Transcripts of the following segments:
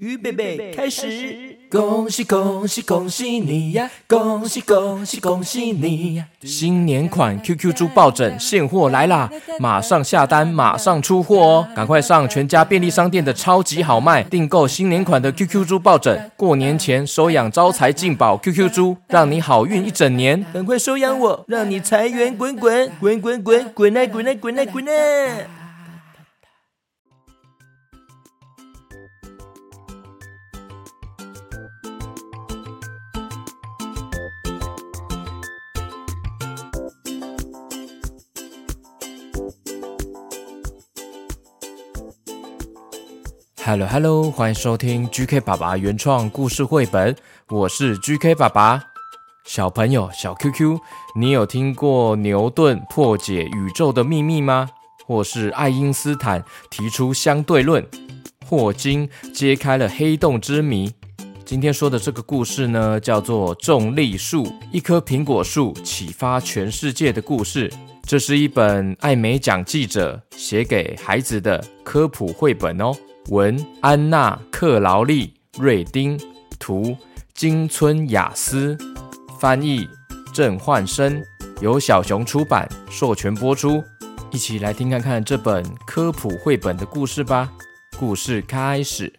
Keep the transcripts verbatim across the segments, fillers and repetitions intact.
预备备，开始！ 恭喜恭喜恭喜你呀！恭喜恭喜恭喜你呀！新年款 Q Q 猪抱枕现货来啦！马上下单，马上出货哦！赶快上全家便利商店的超级好卖，订购新年款的 Q Q 猪抱枕。过年前收养招财进宝 Q Q 猪，让你好运一整年。 赶快收养我，让你财源滚滚滚滚滚滚来滚来滚来滚来！ Hello Hello， 欢迎收听 G K 爸爸原创故事绘本，我是 G K 爸爸。小朋友小 Q Q， 你有听过牛顿破解宇宙的秘密吗？或是爱因斯坦提出相对论，霍金揭开了黑洞之谜。今天说的这个故事呢，叫做重力树，一棵苹果树启发全世界的故事。这是一本艾美奖记者写给孩子的科普绘本哦。文安娜·克劳利·瑞丁，图金村雅斯，翻译郑焕生，由小熊出版授权播出。一起来听看看这本科普绘本的故事吧。故事开始。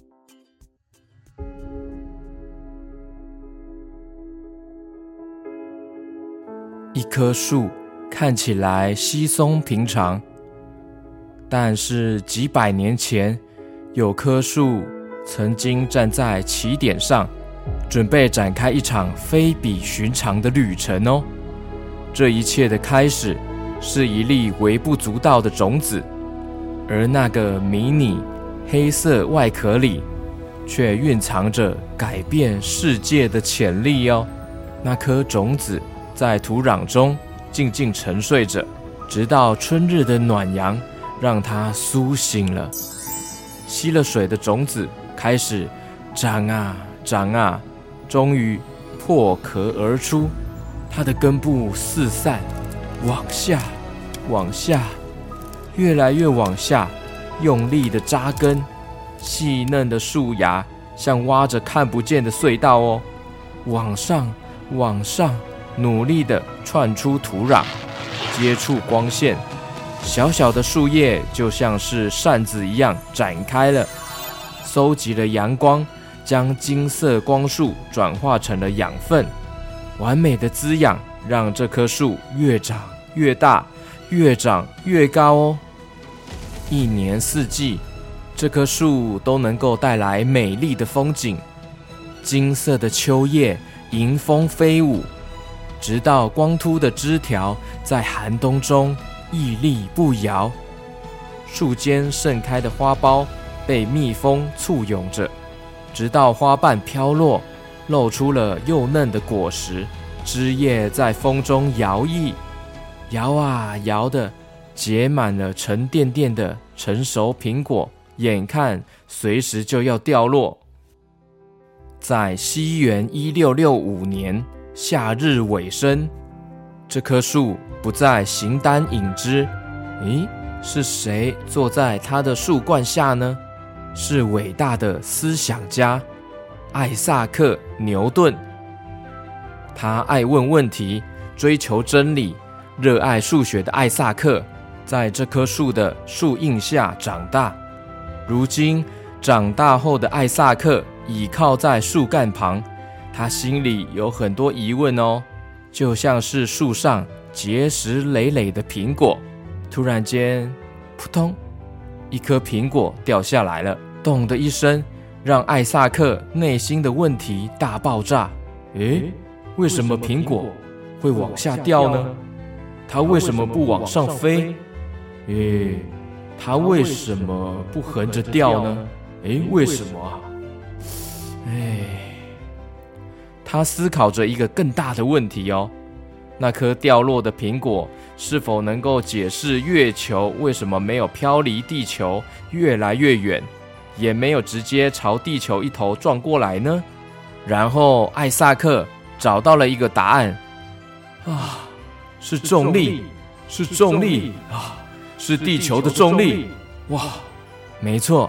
一棵树看起来稀松平常，但是几百年前，有棵树曾经站在起点上，准备展开一场非比寻常的旅程哦。这一切的开始是一粒微不足道的种子，而那个迷你黑色外壳里却蕴藏着改变世界的潜力哦。那颗种子在土壤中静静沉睡着，直到春日的暖阳让它苏醒了。吸了水的种子开始长啊长啊，终于破壳而出。它的根部四散，往下往下，越来越往下，用力的扎根。细嫩的树芽像挖着看不见的隧道哦，往上往上，努力的窜出土壤，接触光线。小小的树叶就像是扇子一样展开了，收集了阳光，将金色光束转化成了养分，完美的滋养让这棵树越长越大，越长越高哦。一年四季，这棵树都能够带来美丽的风景。金色的秋叶迎风飞舞，直到光秃的枝条在寒冬中屹立不摇。树间盛开的花苞被蜜蜂簇拥着，直到花瓣飘落，露出了幼嫩的果实。枝叶在风中摇曳，摇啊摇的，结满了沉甸甸的成熟苹果，眼看随时就要掉落。在西元一六六五年夏日尾声，这棵树不再形单影只。咦，是谁坐在它的树冠下呢？是伟大的思想家艾萨克·牛顿。他爱问问题，追求真理，热爱数学的艾萨克，在这棵树的树荫下长大。如今，长大后的艾萨克倚靠在树干旁，他心里有很多疑问哦，就像是树上结实累累的苹果。突然间，扑通，一颗苹果掉下来了，咚的一声，让艾萨克内心的问题大爆炸。诶，为什么苹果会往下掉呢？它为什么不往上飞？诶，它为什么不横着掉呢？诶，为什么啊？诶，他思考着一个更大的问题哦，那颗掉落的苹果是否能够解释月球为什么没有飘离地球越来越远，也没有直接朝地球一头撞过来呢？然后艾萨克找到了一个答案啊，是重力，是重力啊，是地球的重力。哇，没错，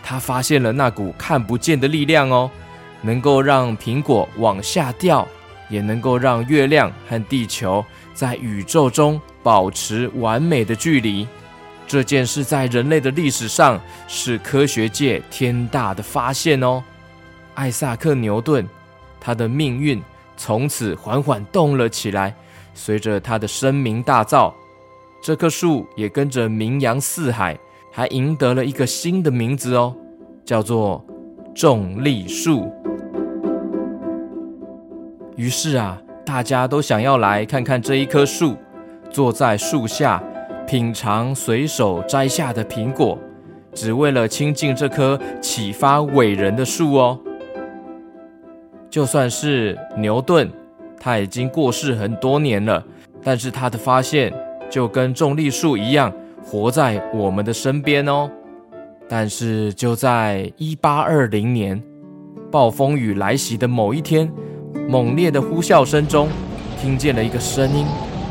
他发现了那股看不见的力量哦，能够让苹果往下掉，也能够让月亮和地球在宇宙中保持完美的距离。这件事在人类的历史上是科学界天大的发现哦。艾萨克·牛顿，他的命运从此缓缓动了起来。随着他的声名大噪，这棵树也跟着名扬四海，还赢得了一个新的名字哦，叫做重力树。于是啊，大家都想要来看看这一棵树，坐在树下品尝随手摘下的苹果，只为了亲近这棵启发伟人的树哦。就算是牛顿，他已经过世很多年了，但是他的发现就跟重力树一样，活在我们的身边哦。但是就在一八二零年，暴风雨来袭的某一天，猛烈的呼啸声中，听见了一个声音。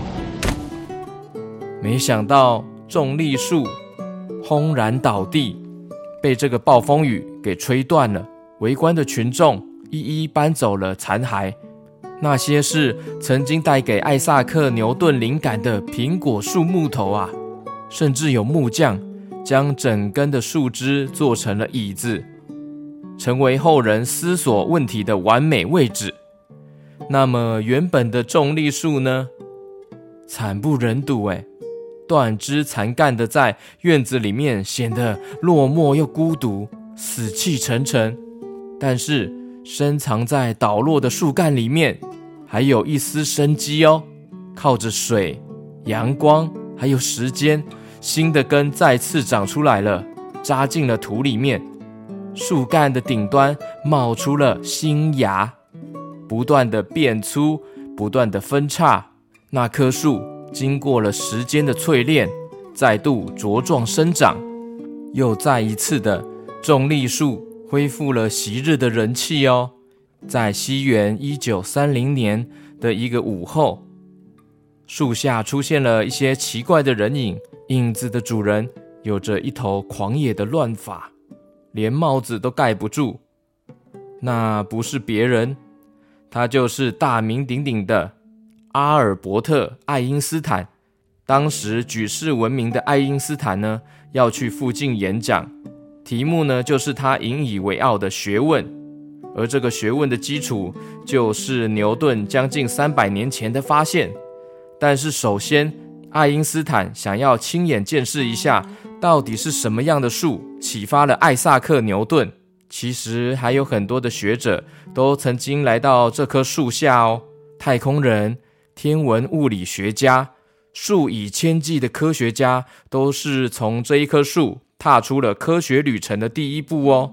没想到重力树轰然倒地，被这个暴风雨给吹断了。围观的群众一一搬走了残骸，那些是曾经带给艾萨克·牛顿灵感的苹果树木头啊，甚至有木匠将整根的树枝做成了椅子，成为后人思索问题的完美位置。那么原本的重力树呢？惨不忍睹哎，断枝残干的在院子里面显得落寞又孤独，死气沉沉。但是深藏在倒落的树干里面，还有一丝生机哦。靠着水、阳光还有时间，新的根再次长出来了，扎进了土里面。树干的顶端冒出了新芽，不断的变粗，不断的分叉。那棵树经过了时间的淬炼，再度茁壮生长，又再一次的重力树恢复了昔日的人气哦。在西元一九三零年的一个午后，树下出现了一些奇怪的人影，影子的主人有着一头狂野的乱发，连帽子都盖不住。那不是别人，他就是大名鼎鼎的阿尔伯特·爱因斯坦。当时举世闻名的爱因斯坦呢，要去附近演讲，题目呢就是他引以为傲的学问，而这个学问的基础就是牛顿将近三百年前的发现。但是首先，爱因斯坦想要亲眼见识一下，到底是什么样的树启发了艾萨克·牛顿。其实还有很多的学者都曾经来到这棵树下哦，太空人、天文物理学家、数以千计的科学家都是从这一棵树踏出了科学旅程的第一步哦。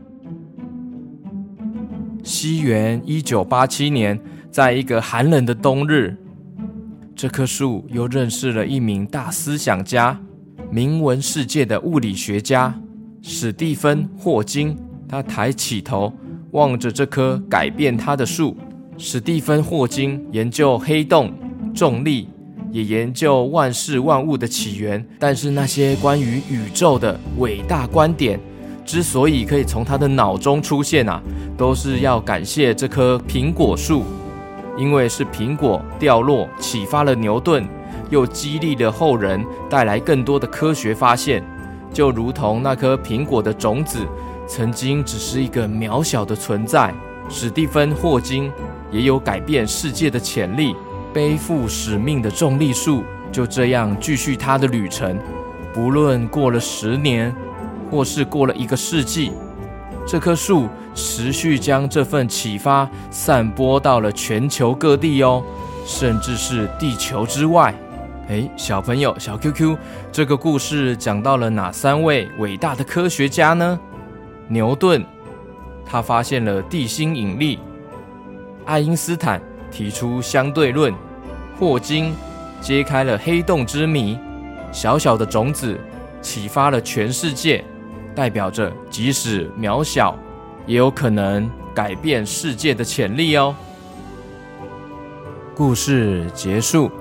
西元一九八七年，在一个寒冷的冬日，这棵树又认识了一名大思想家，名闻世界的物理学家史蒂芬·霍金。他抬起头望着这棵改变他的树。史蒂芬·霍金研究黑洞、重力，也研究万事万物的起源。但是那些关于宇宙的伟大观点之所以可以从他的脑中出现啊，都是要感谢这棵苹果树。因为是苹果掉落启发了牛顿，又激励了后人，带来更多的科学发现。就如同那颗苹果的种子曾经只是一个渺小的存在，史蒂芬·霍金也有改变世界的潜力。背负使命的重力树就这样继续他的旅程。不论过了十年，或是过了一个世纪，这棵树持续将这份启发散播到了全球各地哦，甚至是地球之外。诶，小朋友，小 Q Q， 这个故事讲到了哪三位伟大的科学家呢？牛顿，他发现了地心引力；爱因斯坦提出相对论；霍金揭开了黑洞之谜。小小的种子启发了全世界，代表着即使渺小，也有可能改变世界的潜力哦。故事结束。